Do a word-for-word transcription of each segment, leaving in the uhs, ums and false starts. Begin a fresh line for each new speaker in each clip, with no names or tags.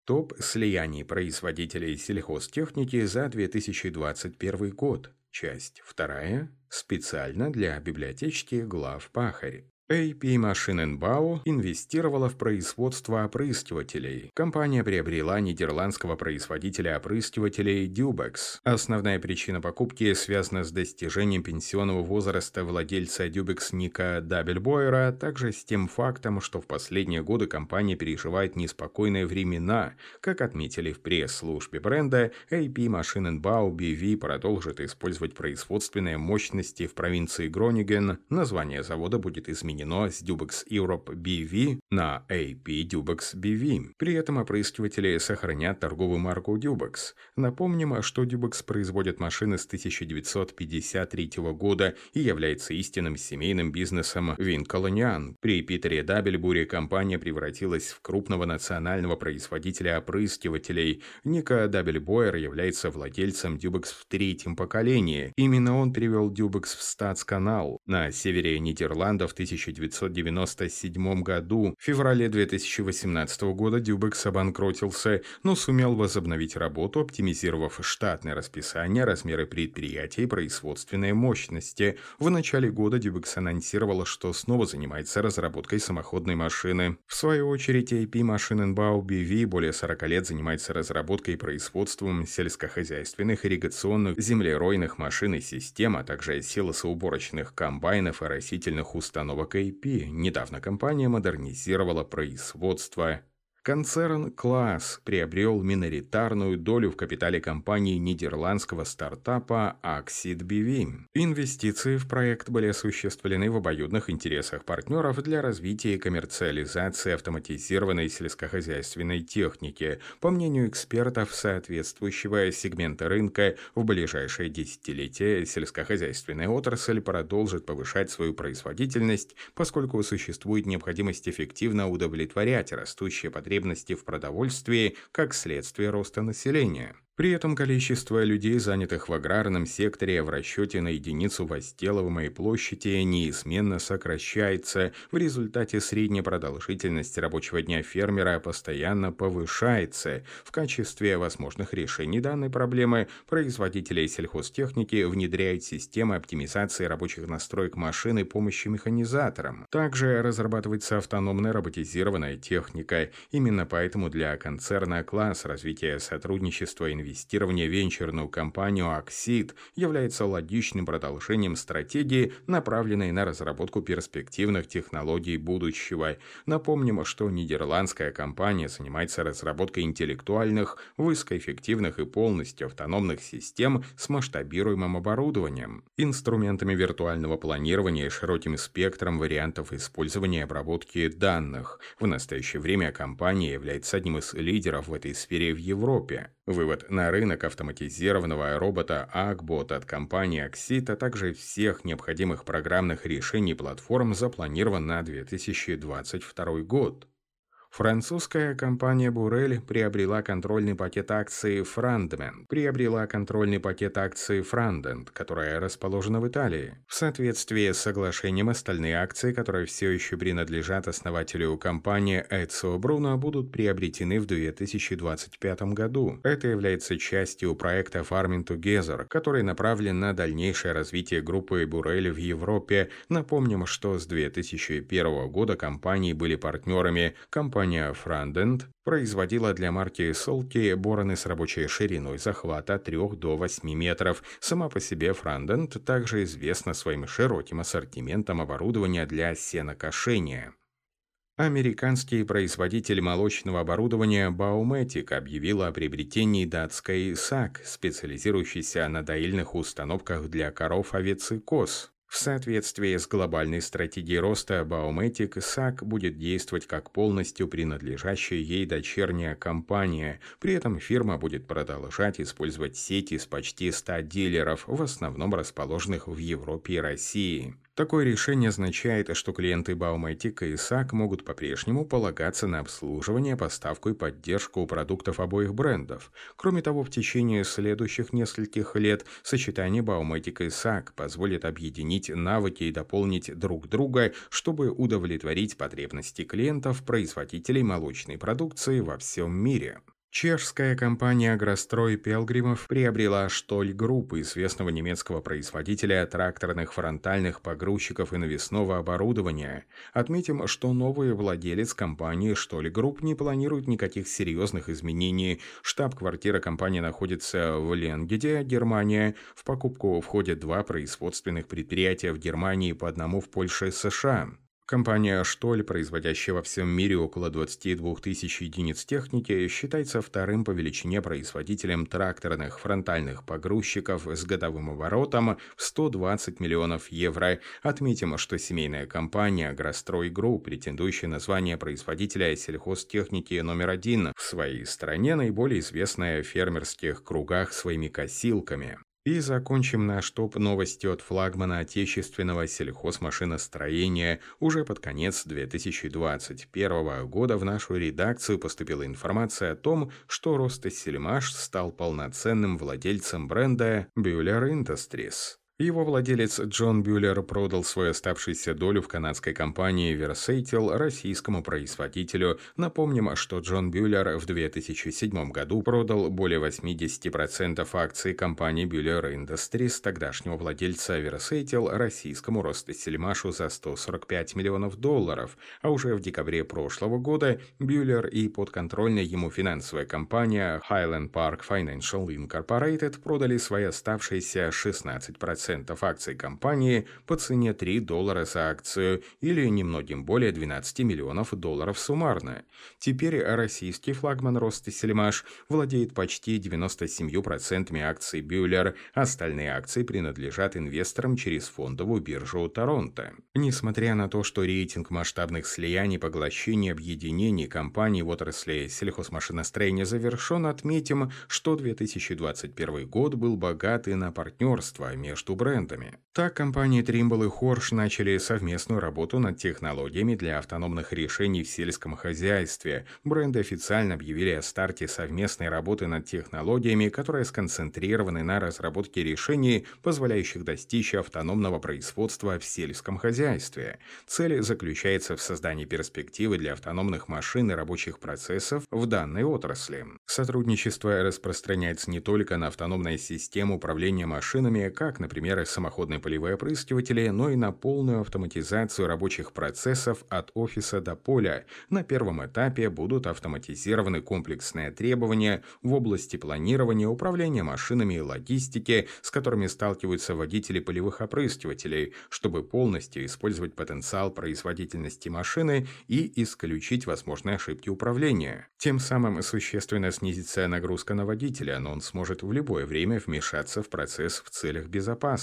Топ слияний производителей сельхозтехники за две тысячи двадцать первый год. Часть вторая. Специально для библиотечки глав Пахарь. эй пи Maschinenbau инвестировала в производство опрыскивателей. Компания приобрела нидерландского производителя опрыскивателей Dubex. Основная причина покупки связана с достижением пенсионного возраста владельца Dubex Ника Дабельбойера, а также с тем фактом, что в последние годы компания переживает неспокойные времена. Как отметили в пресс-службе бренда, эй пи Maschinenbau би ви продолжит использовать производственные мощности в провинции Гронинген. Название завода будет изменено с Dubex Europe би ви на эй пи Dubex би ви. При этом опрыскиватели сохранят торговую марку Dubex. Напомним, что Dubex производит машины с тысяча девятьсот пятьдесят третьего года и является истинным семейным бизнесом Винколониан. При Питере Дабельбуре компания превратилась в крупного национального производителя опрыскивателей. Ника Дабельбойер является владельцем Dubex в третьем поколении. Именно он привел Dubex в Статсканал на севере Нидерландов в тысяча девятьсот девяносто седьмом году. В феврале две тысячи восемнадцатого года Dubex обанкротился, но сумел возобновить работу, оптимизировав штатное расписание, размеры предприятия и производственные мощности. В начале года Dubex анонсировала, что снова занимается разработкой самоходной машины. В свою очередь, эй пи Maschinenbau би ви более сорока лет занимается разработкой и производством сельскохозяйственных, ирригационных, землеройных машин и систем, а также силосоуборочных комбайнов и растительных установок эй пи. Недавно компания модернизировала производство. Концерн Класс приобрел миноритарную долю в капитале компании нидерландского стартапа Axit би ви. Инвестиции в проект были осуществлены в обоюдных интересах партнеров для развития и коммерциализации автоматизированной сельскохозяйственной техники. По мнению экспертов соответствующего сегмента рынка, в ближайшие десятилетия сельскохозяйственная отрасль продолжит повышать свою производительность, поскольку существует необходимость эффективно удовлетворять растущие потребности в продовольствии как следствие роста населения. При этом количество людей, занятых в аграрном секторе в расчете на единицу возделываемой площади, неизменно сокращается. В результате средняя продолжительность рабочего дня фермера постоянно повышается. В качестве возможных решений данной проблемы производители сельхозтехники внедряют системы оптимизации рабочих настроек машин и помощи механизаторам. Также разрабатывается автономная роботизированная техника. Именно поэтому для концерна Класс развитие сотрудничества и инвестирование в венчурную компанию Axit является логичным продолжением стратегии, направленной на разработку перспективных технологий будущего. Напомним, что нидерландская компания занимается разработкой интеллектуальных, высокоэффективных и полностью автономных систем с масштабируемым оборудованием, инструментами виртуального планирования и широким спектром вариантов использования и обработки данных. В настоящее время компания является одним из лидеров в этой сфере в Европе. Вывод на рынок автоматизированного робота Акбот от компании Axit, а также всех необходимых программных решений и платформ запланирован на две тысячи двадцать второй год. Французская компания Бурель приобрела контрольный пакет акций Frandment, приобрела контрольный пакет акций Frandent, которая расположена в Италии. В соответствии с соглашением, остальные акции, которые все еще принадлежат основателю компании Эцио Бруно, будут приобретены в две тысячи двадцать пятом году. Это является частью проекта Farming Together, который направлен на дальнейшее развитие группы Бурель в Европе. Напомним, что с две тысячи первого года компании были партнерами. Компания Компания Frandent производила для марки Солти бороны с рабочей шириной захвата от трёх до восьми метров. Сама по себе Frandent также известна своим широким ассортиментом оборудования для сенокошения. Американский производитель молочного оборудования Baumetic объявил о приобретении датской сак, специализирующейся на доильных установках для коров, овец и коз. В соответствии с глобальной стратегией роста Baumetic, сак будет действовать как полностью принадлежащая ей дочерняя компания. При этом фирма будет продолжать использовать сеть из почти ста дилеров, в основном расположенных в Европе и России. Такое решение означает, что клиенты Baumetic и сак могут по-прежнему полагаться на обслуживание, поставку и поддержку продуктов обоих брендов. Кроме того, в течение следующих нескольких лет сочетание Baumetic и сак позволит объединить навыки и дополнить друг друга, чтобы удовлетворить потребности клиентов, производителей молочной продукции во всем мире. Чешская компания «Агрострой Пелгримов» приобрела «Штоль Групп», известного немецкого производителя тракторных фронтальных погрузчиков и навесного оборудования. Отметим, что новый владелец компании «Штоль Групп» не планирует никаких серьезных изменений. Штаб-квартира компании находится в Ленгеде, Германия. В покупку входят два производственных предприятия в Германии, по одному в Польше и США. Компания «Штоль», производящая во всем мире около двадцати двух тысяч единиц техники, считается вторым по величине производителем тракторных фронтальных погрузчиков с годовым оборотом в сто двадцать миллионов евро. Отметим, что семейная компания «Агрострой Групп», претендующая на звание производителя сельхозтехники номер один в своей стране, наиболее известная в фермерских кругах своими косилками. И закончим наш топ новостью от флагмана отечественного сельхозмашиностроения. Уже под конец две тысячи двадцать первого года в нашу редакцию поступила информация о том, что Ростессельмаш стал полноценным владельцем бренда Bühler Industries. Его владелец Джон Бюллер продал свою оставшуюся долю в канадской компании Versatil российскому производителю. Напомним, что Джон Бюллер в две тысячи седьмом году продал более восемьдесят процентов акций компании Bühler Industries тогдашнего владельца Versatil российскому Ростессельмашу за сто сорок пять миллионов долларов, а уже в декабре прошлого года Бюллер и подконтрольная ему финансовая компания Highland Park Financial Incorporated продали свои оставшиеся шестнадцать процентов акций компании по цене три доллара за акцию или немногим более двенадцати миллионов долларов суммарно. Теперь российский флагман Ростессельмаш владеет почти девяноста семью процентами акций Бюллер, остальные акции принадлежат инвесторам через фондовую биржу Торонто. Несмотря на то, что рейтинг масштабных слияний, поглощений, объединений компаний в отрасли сельхозмашиностроения завершен, отметим, что две тысячи двадцать первый год был богат и на партнерство между брендами. Так, компании Trimble и Horsch начали совместную работу над технологиями для автономных решений в сельском хозяйстве. Бренды официально объявили о старте совместной работы над технологиями, которые сконцентрированы на разработке решений, позволяющих достичь автономного производства в сельском хозяйстве. Цель заключается в создании перспективы для автономных машин и рабочих процессов в данной отрасли. Сотрудничество распространяется не только на автономные системы управления машинами, как, например, самоходные полевые опрыскиватели, но и на полную автоматизацию рабочих процессов от офиса до поля. На первом этапе будут автоматизированы комплексные требования в области планирования, управления машинами и логистики, с которыми сталкиваются водители полевых опрыскивателей, чтобы полностью использовать потенциал производительности машины и исключить возможные ошибки управления. Тем самым существенно снизится нагрузка на водителя, но он сможет в любое время вмешаться в процесс в целях безопасности.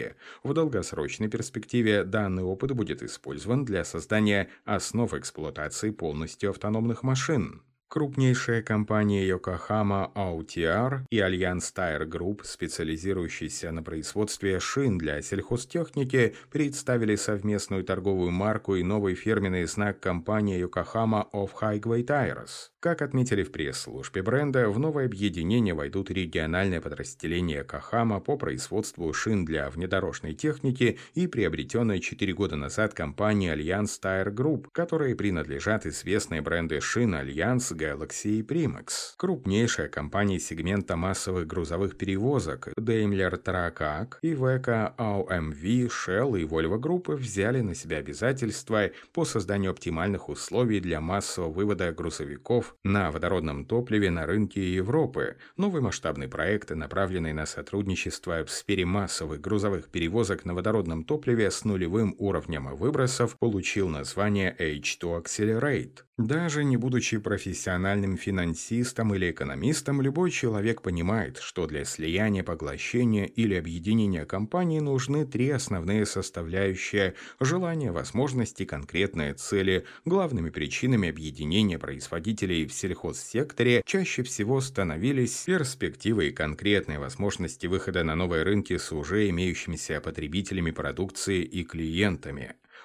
В долгосрочной перспективе данный опыт будет использован для создания основ эксплуатации полностью автономных машин. Крупнейшая компания Yokohama О Ти Ар и Allianz Tire Group, специализирующиеся на производстве шин для сельхозтехники, представили совместную торговую марку и новый фирменный знак компании Yokohama Off-Highway Tires. Как отметили в пресс-службе бренда, в новое объединение войдут региональные подразделения Yokohama по производству шин для внедорожной техники и приобретенная четыре года назад компания Allianz Tire Group, которые принадлежат известные бренды шин Allianz, Galaxy и Primax. Крупнейшая компания сегмента массовых грузовых перевозок Daimler Truck A G, Iveco, О Эм Ви, Shell и Volvo Group взяли на себя обязательства по созданию оптимальных условий для массового вывода грузовиков на водородном топливе на рынке Европы. Новый масштабный проект, направленный на сотрудничество в сфере массовых грузовых перевозок на водородном топливе с нулевым уровнем выбросов, получил название эйч два Accelerate. Даже не будучи профессиональным финансистом или экономистом, любой человек понимает, что для слияния, поглощения или объединения компаний нужны три основные составляющие: желание, возможности, конкретные цели. Главными причинами объединения производителей в сельхозсекторе чаще всего становились перспективы и конкретные возможности выхода на новые рынки с уже имеющимися потребителями продукции и клиентами.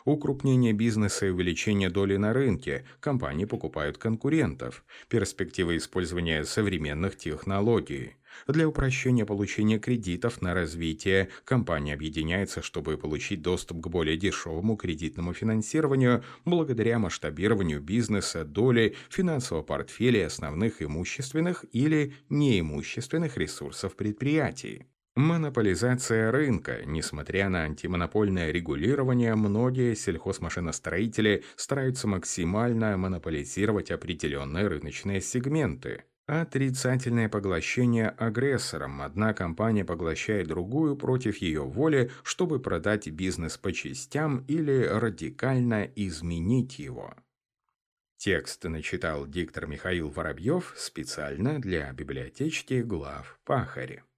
Укрупнение бизнеса и увеличение доли на рынке. Компании покупают конкурентов. Перспективы использования современных технологий. Для упрощения получения кредитов на развитие компания объединяется, чтобы получить доступ к более дешевому кредитному финансированию благодаря масштабированию бизнеса, доли, финансового портфеля и основных имущественных или неимущественных ресурсов предприятий. Монополизация рынка. Несмотря на антимонопольное регулирование, многие сельхозмашиностроители стараются максимально монополизировать определенные рыночные сегменты. Отрицательное поглощение агрессором. Одна компания поглощает другую против ее воли, чтобы продать бизнес по частям или радикально изменить его. Текст начитал диктор Михаил Воробьев специально для библиотечки глав Пахари.